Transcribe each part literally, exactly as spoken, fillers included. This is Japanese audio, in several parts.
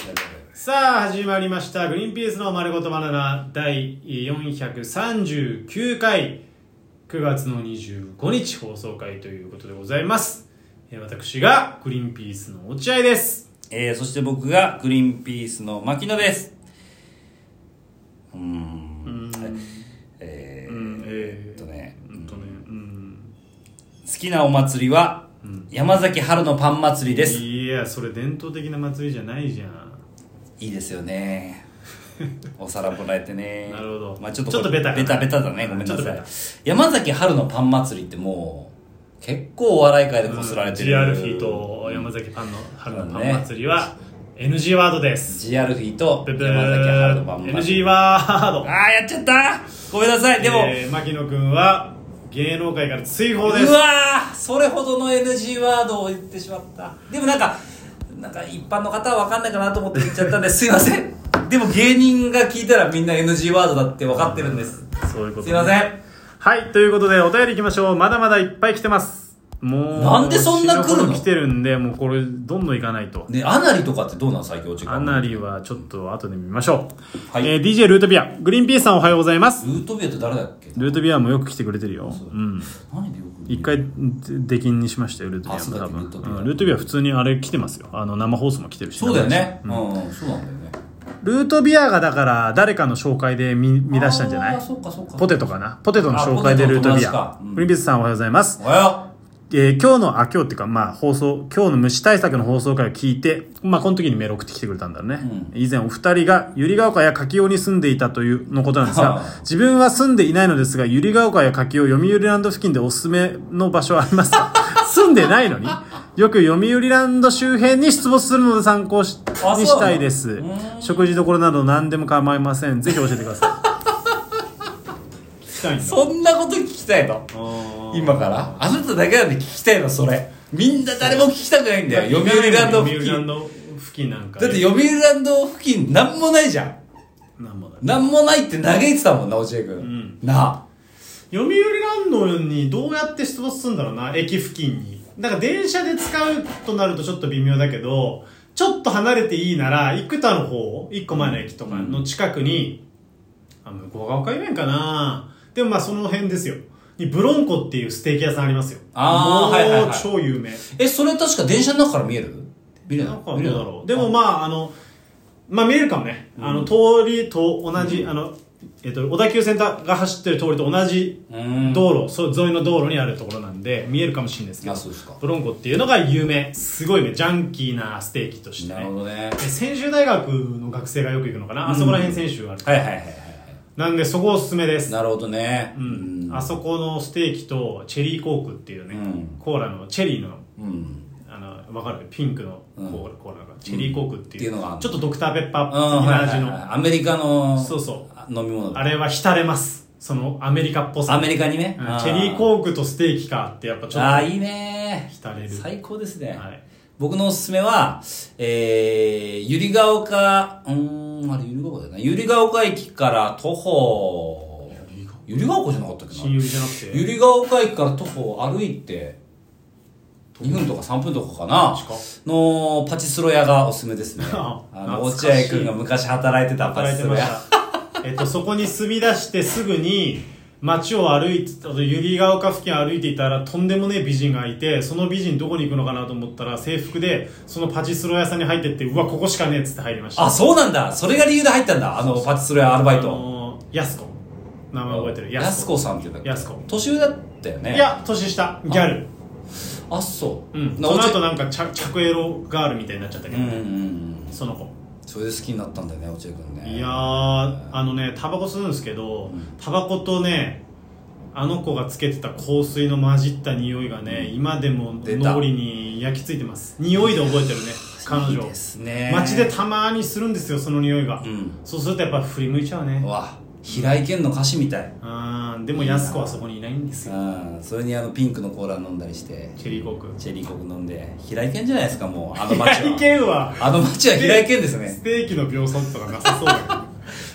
さあ始まりましたグリーンピースの丸ごとバナナ第よんひゃくさんじゅうきゅうかいくがつのにじゅうごにち放送回ということでございます。私がグリーンピースの落合です。 えー、そして僕がグリーンピースの牧野です。うーんうんえー、うん、えー、っとね、うんとね、うん、好きなお祭りは、うん、山崎春のパン祭りです。 いやそれ伝統的な祭りじゃないじゃん。 いいですよね。お皿もらえてね。 なるほど。 まあちょっとちょっとベタベタベタだね。ごめんなさい。山崎春のパン祭りってもう結構お笑い界でこすられてる、 うん、ジアルフィーと山崎パンの春のパン祭りは エヌジー ワードです。 ジアルフィーと山崎春のパン祭りエヌジー ワード。 ああやっちゃった。ごめんなさい。でも、 えー、牧野くんは芸能界から追放です。 うわーそれほどの エヌジー ワードを言ってしまった。でもなんかなんか一般の方は分かんないかなと思って言っちゃったんですいません。でも芸人が聞いたらみんな エヌジー ワードだって分かってるんです。 そういうこと、ね、 すいません。 はいということでお便りいきましょう。まだまだいっぱい来てます。もうなんでそんな来るの？ 来てるんでもうこれどんどんいかないと。 ねアナリとかってどうなん最強時間？ アナリはちょっと後で見ましょう。はい、えー、ディージェー ルートビアグリーンピースさんおはようございます。 ルートビアって誰だっけ？ ルートビアもよく来てくれてるよ。 うん。何でよく？ 一回出禁にしましたよルートビアも多分。ルートビア、うん、ルートビア普通にあれ来てますよ。あの生放送も来てるし。 そうだよね。 うん、 うん、そうなんだよね。 ルートビアがだから誰かの紹介で 見, 見出したんじゃない？ あそうかそうか。 ポテトかな。ポテトの紹介でルートビア。うん、グリーンピースさんおはようございます。 おはよう。 えー、今日の、あ、今日っていうか、まあ、放送、今日の虫対策の放送回を聞いて、まあ、この時にメール送ってきてくれたんだろうね。うん、以前、お二人が、百合ヶ丘や柿尾に住んでいたというのことなんですが、自分は住んでいないのですが、百合ヶ丘や柿尾、読売ランド付近でおすすめの場所はありますか？住んでないのによく読売ランド周辺に出没するので参考しにしたいです。食事どころなど何でも構いません。ぜひ教えてください。聞きたいんだ。 そんなこと聞きたいの？今からあなただけなんで聞きたいのそれ。みんな誰も聞きたくないんだよ。読売ランド付近。 読売ランド付近なんか。 だって読売ランド付近なんもないじゃん。 なんもない。 なんもないって嘆いてたもんな落合君。うん、なあ。 読売ランドにどうやって出没するんだろうな、駅付近に。だから電車で使うとなるとちょっと微妙だけど、ちょっと離れていいなら生田の方、一個前の駅とかの近くに、うん、あ、向こうが丘遊園かな。でもまあその辺ですよ。にブロンコっていうステーキ屋さんありますよ。 ああ、はいはいはい。 超有名。 え、それ確か電車の中から見える？見れない。 なんかどうだろう。でもまああのまあ見えるかもね。うん、あの通りと同じ、うん、あのえっと小田急線が走ってる通りと同じ道路、そ沿いの道路にあるところなんで見えるかもしれないですけど。 あ、そうですか。 ブロンコっていうのが有名。すごいねジャンキーなステーキとして、ね。 なるほどね。 専修大学の学生がよく行くのかな。うん、あそこら辺専修がある。 はいはいはいはい。 なんでそこおすすめです。 なるほどね。 うん。あそこのステーキとチェリーコークっていうね、うん、コーラのチェリーの、うん、あのわかるピンクのコーラ、うん、コーラがチェリーコークっていう、うん、っていうのがちょっとドクターペッパーっぽい味の、 はいはいはい、アメリカのそうそう飲み物。 あれは浸れます。そのアメリカっぽさ。 アメリカにね。 うん、チェリーコークとステーキかってやっぱちょっとああいいね。 浸れる。 最高ですね。 はい。 僕のおすすめは、えー、百合ヶ丘、うーん、あれ百合ヶ丘だよね。百合ヶ丘駅から徒歩、百合ヶ丘じゃなかったっけな。 新百合じゃなくて。 百合ヶ丘駅から徒歩歩いて、にふんとかさんぷんとかかなのパチスロ屋がおすすめですね。あの、落合くんが昔働いてたパチスロ屋。 えっと、そこに住み出してすぐに、街を歩いて、百合ヶ丘付近を歩いていたらとんでもねえ美人がいて、その美人どこに行くのかなと思ったら制服でそのパチスロ屋さんに入ってって、うわここしかねえっつって入りました。 あ、そうなんだ。それが理由で入ったんだ。あのパチスロ屋アルバイト。あのー、やすこ。名前覚えてる。 やすこさんって言うんだっけ。 やすこ。 年上だったよね。 いや、年下。ギャル。 あ、そう。 うん。その後なんか着エロガールみたいになっちゃったけどね。うんうんうん。その子。 それで好きになったんだよね、落合君ね。 いやー、あのね、タバコ吸うんですけど、タバコとね、あの子がつけてた香水の混じった匂いがね、うん、今でも脳裏に焼き付いてます。匂いで覚えてるね、彼女。いいですね。街でたまにするんですよ、その匂いが。うん、そうするとやっぱ振り向いちゃうね。 うわ、平井堅の歌詞みたい。 あー、でも安子はそこにいないんですよ。 あ、それにあのピンクのコーラ飲んだりして、 チェリーコークチェリーコーク飲んで、平井堅じゃないですか、もうあの街は。 平井堅はあの街は平井堅ですね。 ステーキの秒速とかなさそうだけど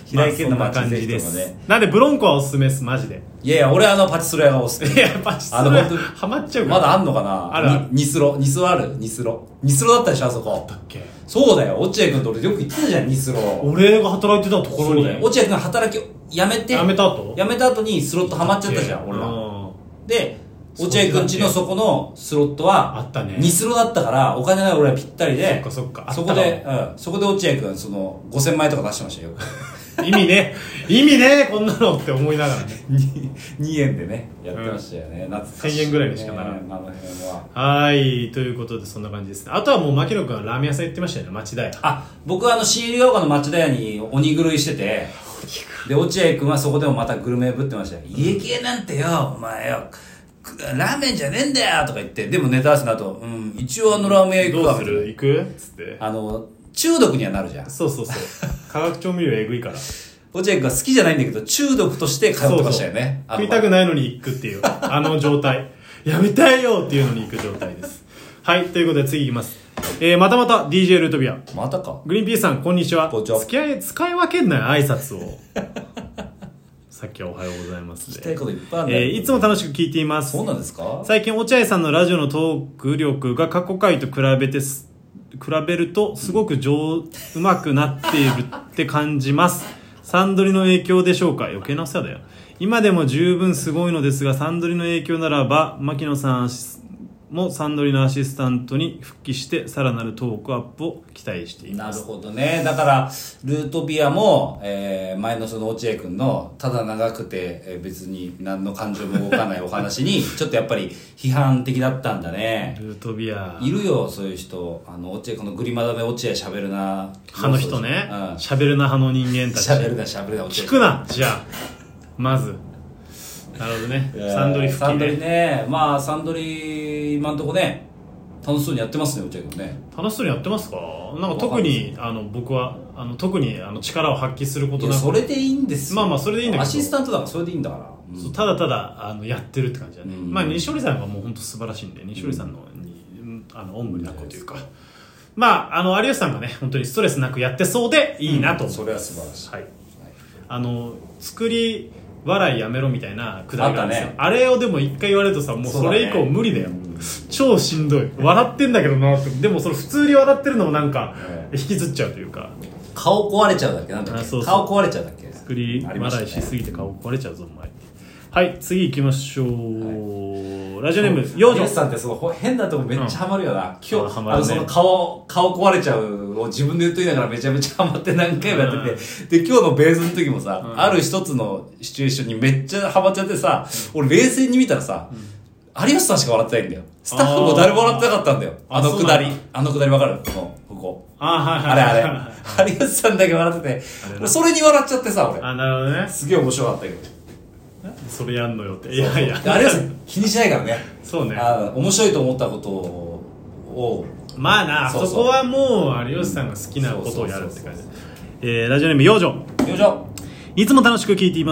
平井堅のまあ、 マッチぜひともね。 なんでブロンコはおすすめですマジで。 いやいや俺あのパチスロ屋がおすすめ。 いやパチスロ屋ハマっちゃうからまだあんのかな。 ある。 ニスロニスロある。ニスロニスロだったでしょあそこ。 だっけ。 そうだよ落合君と俺よく行ってたじゃんニスロ。 俺が働いてたところに。 そうだよ落合君が働き辞めて辞めた後辞めた後にスロットハマっちゃったじゃん俺らで落合君家のそこのスロットはあったねニスロだったからお金ない俺はぴったりでそっかそっかそこで、うん、そこで落合君そのごせんまん円とか出してましたよ意味ね意味ねこんなのって思いながらねにえんでねやってましたよね、うん、夏せんえんぐらいにしかならない、 あの辺ははいということでそんな感じですね。あとはもう牧野君はラーメン屋さん行ってましたよね町田屋。 あ僕はあの新入りが丘の町田屋に鬼狂いしててで落合君はそこでもまたグルメぶってましたよ、うん、家系なんてよお前よラーメンじゃねえんだよとか言ってでもネタ合わせの後、うん、一応あのラーメン屋行くわどうする行くっつってあの中毒にはなるじゃん。 そうそうそう化学調味料えぐいから落合君が好きじゃないんだけど中毒として通ってましたよね。 そうそう食いたくないのに行くっていうあの状態やめたいよっていうのに行く状態です。はいということで次いきます。えー、またまた ディージェー ルートビアまたかグリーンピースさんこんにちは。 こんにちは。 付き合い使い分けんなよ挨拶をさっきはおはようございますで聞きたいこといっぱいあるんだよ、 えー、いつも楽しく聞いています。 そうなんですか。 最近落合さんのラジオのトーク力が過去回と比べてす比べるとすごく上うまくなっているって感じます。サンドリの影響でしょうか。余計なお世話だよ。今でも十分すごいのですがサンドリの影響ならば牧野さんもサンドリのアシスタントに復帰してさらなるトークアップを期待しています。 なるほどね。だからルートピアも、えー、前のその落合君のただ長くて、えー、別に何の感情も動かないお話にちょっとやっぱり批判的だったんだね。 ルートビアいるよそういう人。あの落合このグリマダで落合しゃべるな派の人ね。しゃべるな派の人間たち。 しゃべるなしゃべるな聞くなじゃあまずなるほどね。サンドリ復帰ね。 サンドリね。まあサンドリ今んとこね楽しそうにやってますね落合君ね。 楽しそうにやってますか。なんか特にあの僕はあの特にあの力を発揮することなく。 それでいいんですよ。 まあまあそれでいいんだけどアシスタントだからそれでいいんだから、 うん、そうただただあのやってるって感じだね、うん、まあ西織さんがもう本当素晴らしいんで西織さんのに、うん、あのおんぶに抱っこというか、まああの有吉さんがね本当にストレスなくやってそうでいいなと思う、 うん、それは素晴らしい、 はいはい、あの作り笑いやめろみたいなくだりがあるんですよ。 あ,、 ね、 あれをでも一回言われるとさもうそれ以降無理だよ、ね、超しんどい。笑ってんだけどなって。でもそれ普通に笑ってるのもなんか引きずっちゃうというか顔壊れちゃうだっけなんだっけ。そうそう顔壊れちゃうだっけ。 作り笑いしすぎて顔壊れちゃうぞお前。はい次行きましょう、はい、ラジオネーム幼女さんってその変なとこめっちゃハマるよな、うん、今日、 ね、 あのその顔顔壊れちゃうを自分で言っときながらめちゃめちゃハマって何回もやってて、うん、で今日のベースの時もさ、うん、ある一つのシチュエーションにめっちゃハマっちゃってさ、うん、俺冷静に見たらさ、うん、有吉さんしか笑ってないんだよ。スタッフも誰も笑ってなかったんだよ。あのくだりあのくだり分かるこのここあ、はいはい、 あれあれ有吉さんだけ笑っててそれに笑っちゃってさ俺。 あなるほどね。 すげえ面白かったけどそれやんのよって。いやいやあれは気にしないからね。 そうね。 あ面白いと思ったことをまあな そ, そ, そこはもう有吉さんが好きなことをやるって感じ。えー、ラジオネーム幼女幼女いつも楽しく聞いています。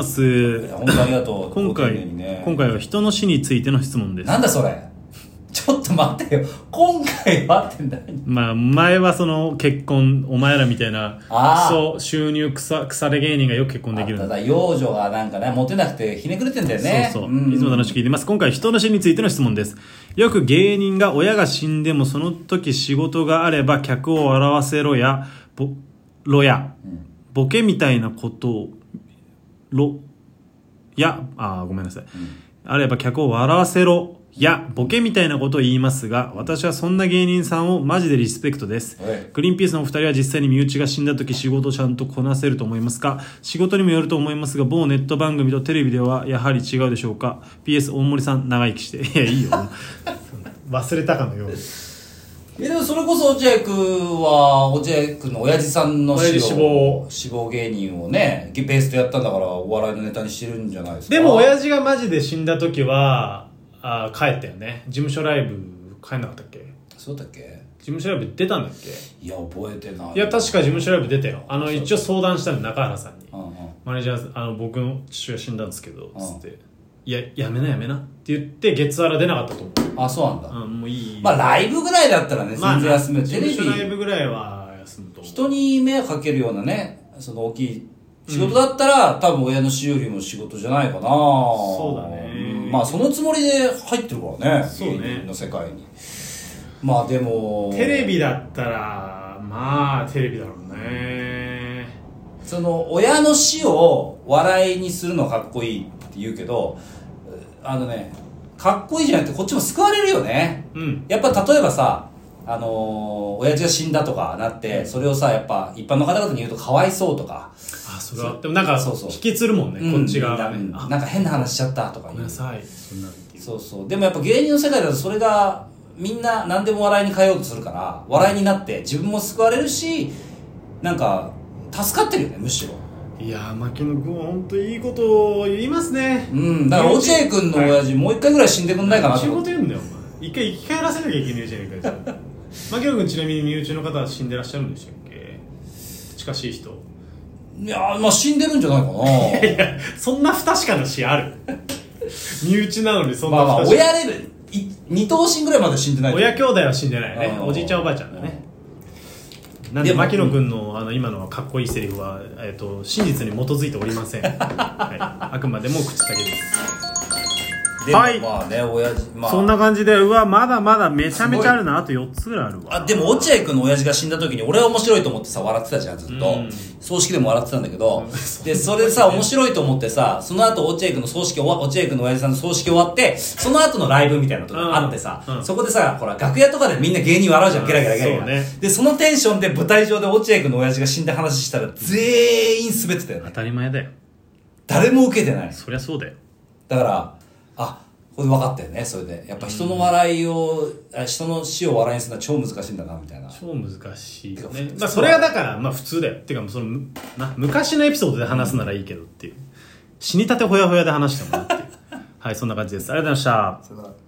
本当ありがとう。 今回、ね、今回は人の死についての質問です。 なんだそれちょっと待ってよ今回はって何。 まあ前はその結婚お前らみたいなクソ収入腐腐れ芸人がよく結婚できる。 ただ幼女がなんかねモテなくてひねくれてんだよね。 そうそう、うんうん、いつも楽しく聞いてます。今回人の死についての質問です。よく芸人が親が死んでもその時仕事があれば客を笑わせろやボロや、うん、ボケみたいなことをロやあごめんなさい、うん、あれば客を笑わせろいやボケみたいなことを言いますが私はそんな芸人さんをマジでリスペクトです。グリーンピースのお二人は実際に身内が死んだ時仕事をちゃんとこなせると思いますか。仕事にもよると思いますが某ネット番組とテレビではやはり違うでしょうか。 ピーエス 大森さん長生きして。いやいいよ忘れたかのように。 えでもそれこそ落合君は落合君の親父さんの死亡死亡芸人をねベースでやったんだからお笑いのネタにしてるんじゃないですか。 でも親父がマジで死んだ時はあ帰ったよね。事務所ライブ帰んなかったっけ。 そうだっけ。 事務所ライブ出たんだっけ。 いや覚えてない。 いや確か事務所ライブ出たよ。あの一応相談したんで中原さんに、うんうん、マネージャーあの僕の父親死んだんですけどつって、うん、いややめなやめなって言って月原出なかったと思う。 あそうなんだ、 うん、もういい。 まあライブぐらいだったらね、まあ、全然休む。 事務所ライブぐらいは休むと思う。 人に迷惑かけるようなねその大きい仕事だったら、うん、多分親の死よりも仕事じゃないかな。 そうだね、 うん、まあそのつもりで入ってるからね、 そうね、 芸人の世界に。まあでもテレビだったらまあテレビだろうね。 その親の死を笑いにするのかっこいいって言うけど、あのね、かっこいいじゃなくてこっちも救われるよね、うん、やっぱ例えばさ、あのー、親父が死んだとかなって、うん、それをさやっぱ一般の方々に言うとかわいそうとか、 あ、それはでもなんかそうそう引きつるもんね、うん、こっちが、 うん、なんか変な話しちゃったとか言う。 ごめんなさい、そんなんていう。 そうそう。でもやっぱ芸人の世界だとそれがみんな何でも笑いに変えようとするから笑いになって自分も救われるし、なんか助かってるよね、むしろ。 いやー、牧野君は本当いいことを言いますね。 うん、だから落合君の親父、はい、もう一回ぐらい死んでくんないかなと思って。 仕事言うんだよお前。一回生き返らせなきゃいけないじゃねえかよ牧野君ちなみに身内の方は死んでらっしゃるんでしたっけ、近しい人。 いやー、まあ死んでるんじゃないかな。 いやいや、そんな不確かな死ある身内なのにそんな不確かな。まあまあ親レベル二頭身ぐらいまで死んでない。 親兄弟は死んでないね。おじいちゃんおばあちゃんだね。なんで牧野君のあの今のはかっこいいセリフは、えっと真実に基づいておりません、はい、あくまでも口先です。 でもまあね、親父、まあ、 そんな感じで、うわまだまだめちゃめちゃあるな。あとよっつぐらいあるわ。 あ、でも落合君の親父が死んだ時に俺は面白いと思ってさ笑ってたじゃん、ずっと、うん、葬式でも笑ってたんだけど、うん、でそれでさ面白いと思ってさ、その後落合君の葬式終わ落合君の親父さんの葬式終わってその後のライブみたいなとこあってさ、うんうん、そこでさ、ほら楽屋とかでみんな芸人笑うじゃん、ゲラゲラゲラゲラ、ね、でそのテンションで舞台上で落合君の親父が死んだ話したら全員滑ってたよね。 当たり前だよ、 誰も受けてない。 そりゃそうだよ。 だからあ、これ分かったよね。それでやっぱ人の笑いを、うん、人の死を笑いにするのは超難しいんだなみたいな。 超難しいよね。まあそれはだからまあ普通だよ。っていうかそのな昔のエピソードで話すならいいけどっていう、死にたてほやほやで話してもらっていうはい、そんな感じです。ありがとうございました。